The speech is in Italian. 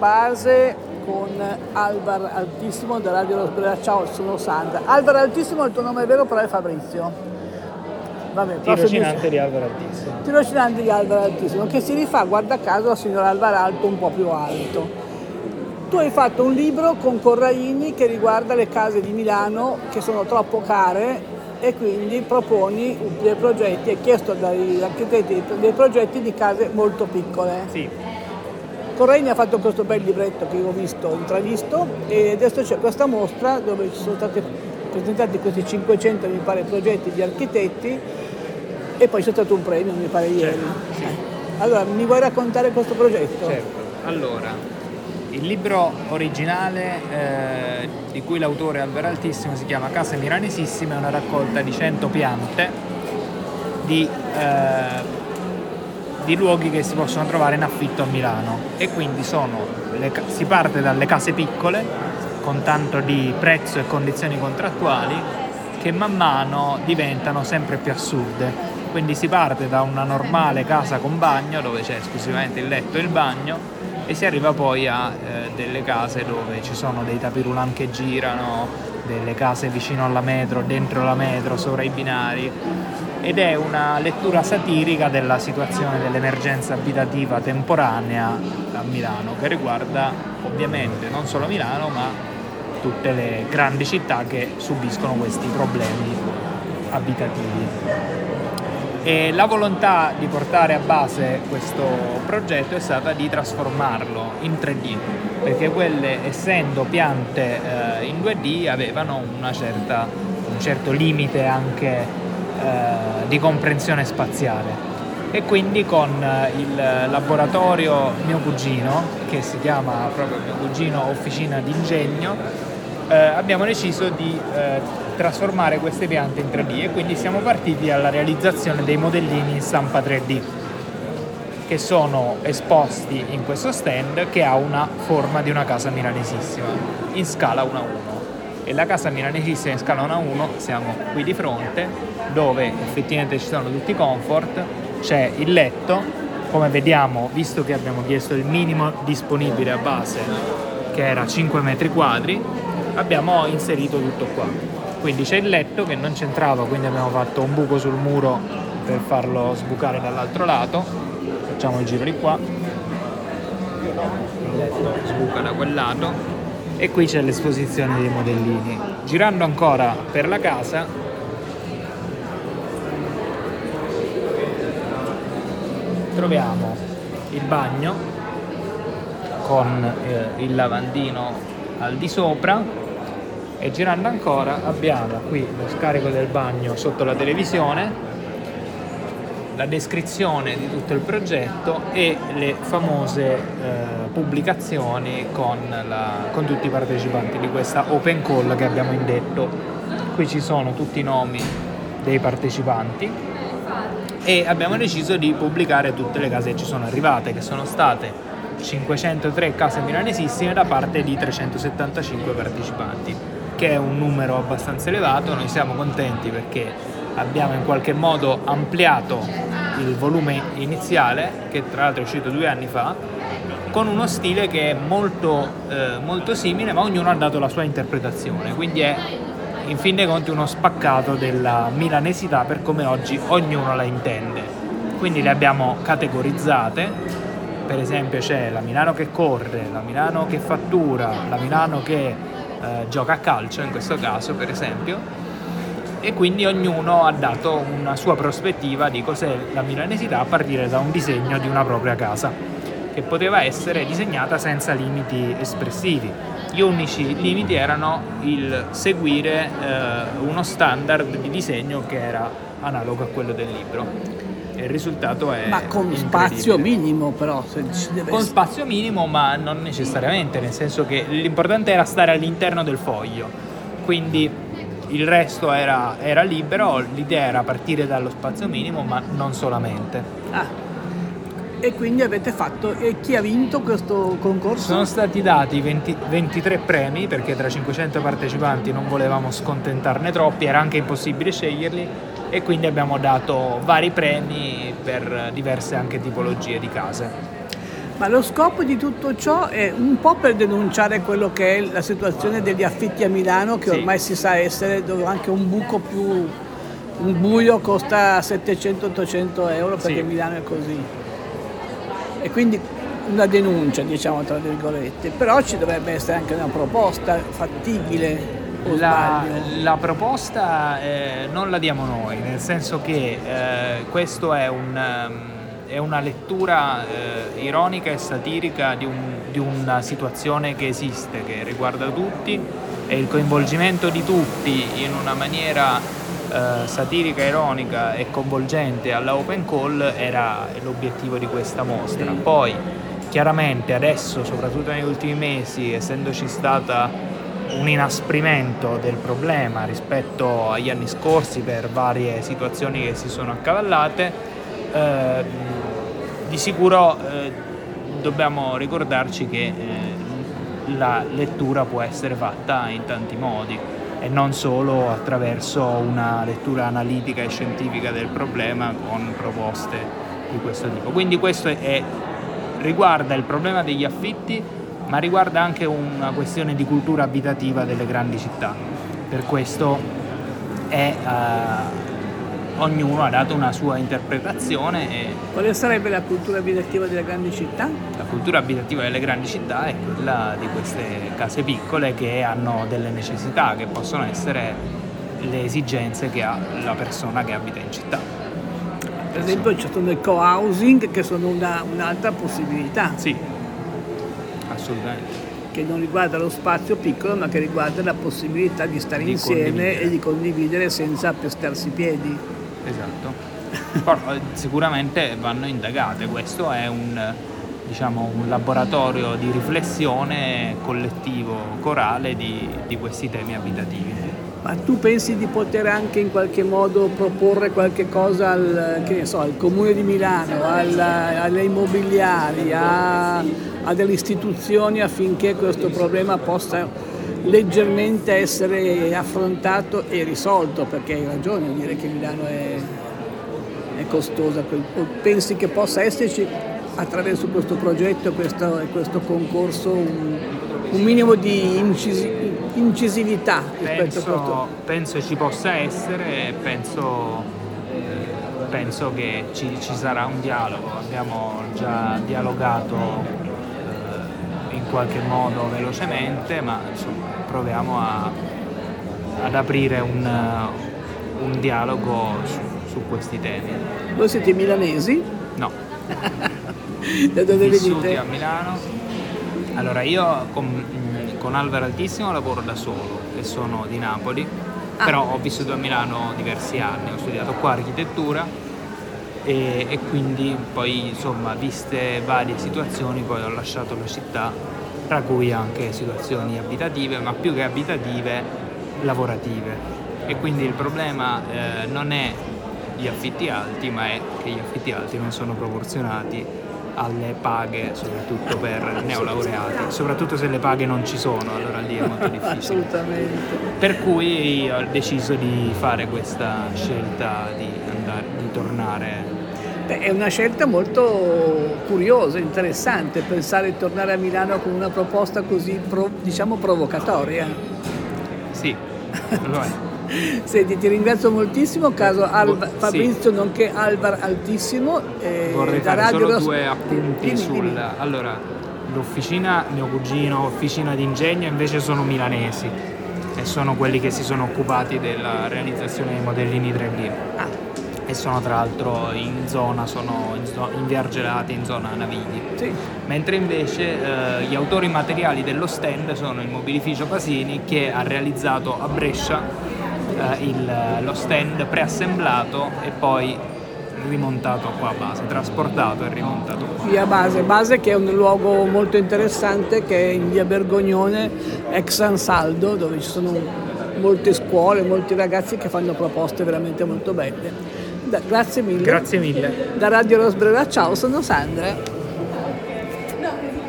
base con Alvar Altissimo da Radio Rosbrera. Ciao, sono Sandra. Alvar Altissimo, il tuo nome è vero, però è Fabrizio. Vabbè, tirocinante di Alvar Altissimo. Tirocinante di Alvar Altissimo, che si rifà, guarda caso, al signor Alvar Alto un po' più alto. Tu hai fatto un libro con Corraini che riguarda le case di Milano che sono troppo care e quindi proponi dei progetti, hai chiesto dagli architetti dei progetti di case molto piccole. Sì. Corraini ha fatto questo bel libretto che io ho visto, intravisto, e adesso c'è questa mostra dove ci sono stati presentati questi 500, mi pare, progetti di architetti e poi c'è stato un premio, mi pare, ieri. Sì. Allora, mi vuoi raccontare questo progetto? Certo. Allora, il libro originale di cui l'autore è Alvar Altissimo si chiama Case Milanesissime, è una raccolta di 100 piante di luoghi che si possono trovare in affitto a Milano, e quindi si parte dalle case piccole con tanto di prezzo e condizioni contrattuali che man mano diventano sempre più assurde. Quindi si parte da una normale casa con bagno dove c'è esclusivamente il letto e il bagno e si arriva poi a delle case dove ci sono dei tapirulan che girano, delle case vicino alla metro, dentro la metro, sopra i binari, ed è una lettura satirica della situazione dell'emergenza abitativa temporanea a Milano, che riguarda ovviamente non solo Milano ma tutte le grandi città che subiscono questi problemi abitativi. E la volontà di portare a base questo progetto è stata di trasformarlo in 3D, perché quelle, essendo piante in 2D, avevano un certo limite anche di comprensione spaziale. E quindi con il laboratorio mio cugino, che si chiama proprio mio cugino Officina d'Ingegno, abbiamo deciso di trasformare queste piante in 3D, e quindi siamo partiti alla realizzazione dei modellini in stampa 3D che sono esposti in questo stand, che ha una forma di una casa milanesissima in scala 1:1. E la casa milanesissima in scala 1:1 siamo qui di fronte, dove effettivamente ci sono tutti i comfort, c'è il letto, come vediamo, visto che abbiamo chiesto il minimo disponibile a base che era 5 metri quadri, abbiamo inserito tutto qua. Quindi c'è il letto che non c'entrava, quindi abbiamo fatto un buco sul muro per farlo sbucare dall'altro lato. Facciamo il giro di qua, il letto sbuca da quel lato, e qui c'è l'esposizione dei modellini. Girando ancora per la casa troviamo il bagno con il lavandino al di sopra, e girando ancora abbiamo qui lo scarico del bagno sotto la televisione, la descrizione di tutto il progetto e le famose pubblicazioni con tutti i partecipanti di questa open call che abbiamo indetto. Qui ci sono tutti i nomi dei partecipanti e abbiamo deciso di pubblicare tutte le case che ci sono arrivate, che sono state 503 case milanesissime da parte di 375 partecipanti, che è un numero abbastanza elevato. Noi siamo contenti perché abbiamo in qualche modo ampliato il volume iniziale, che tra l'altro è uscito 2 anni fa, con uno stile che è molto simile, ma ognuno ha dato la sua interpretazione, quindi è in fin dei conti uno spaccato della milanesità per come oggi ognuno la intende. Quindi le abbiamo categorizzate. Per esempio c'è la Milano che corre, la Milano che fattura, la Milano che gioca a calcio in questo caso, per esempio, e quindi ognuno ha dato una sua prospettiva di cos'è la milanesità a partire da un disegno di una propria casa, che poteva essere disegnata senza limiti espressivi. Gli unici limiti erano il seguire uno standard di disegno che era analogo a quello del libro. Il risultato è con spazio minimo, però con spazio minimo, ma non necessariamente, nel senso che l'importante era stare all'interno del foglio, quindi il resto era libero. L'idea era partire dallo spazio minimo, ma non solamente. E quindi avete fatto, e chi ha vinto questo concorso? Sono stati dati 23 premi, perché tra 500 partecipanti non volevamo scontentarne troppi, era anche impossibile sceglierli, e quindi abbiamo dato vari premi per diverse anche tipologie di case. Ma lo scopo di tutto ciò è un po' per denunciare quello che è la situazione degli affitti a Milano, che Sì. ormai si sa essere, dove anche un buio costa 700-800 euro, perché Sì. Milano è così. E quindi una denuncia, diciamo, tra virgolette. Però ci dovrebbe essere anche una proposta fattibile, o sbaglio? La proposta non la diamo noi, nel senso che questo è una lettura ironica e satirica di una situazione che esiste, che riguarda tutti, e il coinvolgimento di tutti in una maniera satirica, ironica e coinvolgente alla open call era l'obiettivo di questa mostra. Poi chiaramente adesso, soprattutto negli ultimi mesi, essendoci stata un inasprimento del problema rispetto agli anni scorsi per varie situazioni che si sono accavallate, di sicuro dobbiamo ricordarci che la lettura può essere fatta in tanti modi e non solo attraverso una lettura analitica e scientifica del problema con proposte di questo tipo. Quindi questo riguarda il problema degli affitti, ma riguarda anche una questione di cultura abitativa delle grandi città. Per questo ognuno ha dato una sua interpretazione. Quale sarebbe la cultura abitativa delle grandi città? La cultura abitativa delle grandi città è quella di queste case piccole che hanno delle necessità, che possono essere le esigenze che ha la persona che abita in città. Per esempio ci sono i co-housing, che sono un'altra possibilità. Sì, assolutamente. Che non riguarda lo spazio piccolo, ma che riguarda la possibilità di stare insieme e di condividere senza pestarsi i piedi. Esatto. Però, sicuramente vanno indagate. Questo è un laboratorio di riflessione collettivo, corale di questi temi abitativi. Ma tu pensi di poter anche in qualche modo proporre qualche cosa al Comune di Milano, alle immobiliari, a delle istituzioni, affinché questo problema possa leggermente essere affrontato e risolto? Perché hai ragione a dire che Milano è costosa. O pensi che possa esserci attraverso questo progetto e questo concorso un minimo di incisività rispetto a questo? Penso ci possa essere e penso che ci sarà un dialogo. Abbiamo già dialogato in qualche modo velocemente, ma insomma proviamo ad aprire un dialogo su questi temi. Voi siete milanesi? No. Da dove Vissuti venite? a Milano. Allora, io con Alvaro Altissimo lavoro da solo e sono di Napoli, però ho vissuto a Milano diversi anni, ho studiato qua architettura e quindi poi insomma, viste varie situazioni, poi ho lasciato la città, tra cui anche situazioni abitative, ma più che abitative, lavorative. E quindi il problema non è gli affitti alti, ma è che gli affitti alti non sono proporzionati alle paghe, soprattutto per neolaureati, soprattutto se le paghe non ci sono, allora lì è molto difficile. Assolutamente. Per cui ho deciso di fare questa scelta di tornare. È una scelta molto curiosa, interessante, pensare di tornare a Milano con una proposta così provocatoria. Sì, lo è. Senti, ti ringrazio moltissimo, caso Fabrizio, sì. Nonché Alvar Altissimo. Vorrei da fare Radio solo due appunti Dimmi. Allora, l'officina, mio cugino, officina di ingegno, invece sono milanesi e sono quelli che si sono occupati della realizzazione dei modellini 3D. E sono tra l'altro in via Argelati, in zona Navigli. Sì. Mentre invece gli autori materiali dello stand sono il Mobilificio Pasini, che ha realizzato a Brescia lo stand preassemblato e poi rimontato qua a base, trasportato e rimontato qua. Via Base, che è un luogo molto interessante, che è in via Bergognone, ex Ansaldo, dove ci sono molte scuole, molti ragazzi che fanno proposte veramente molto belle. Grazie mille. Grazie mille. Da Radio Rosbrera, ciao, sono Sandra.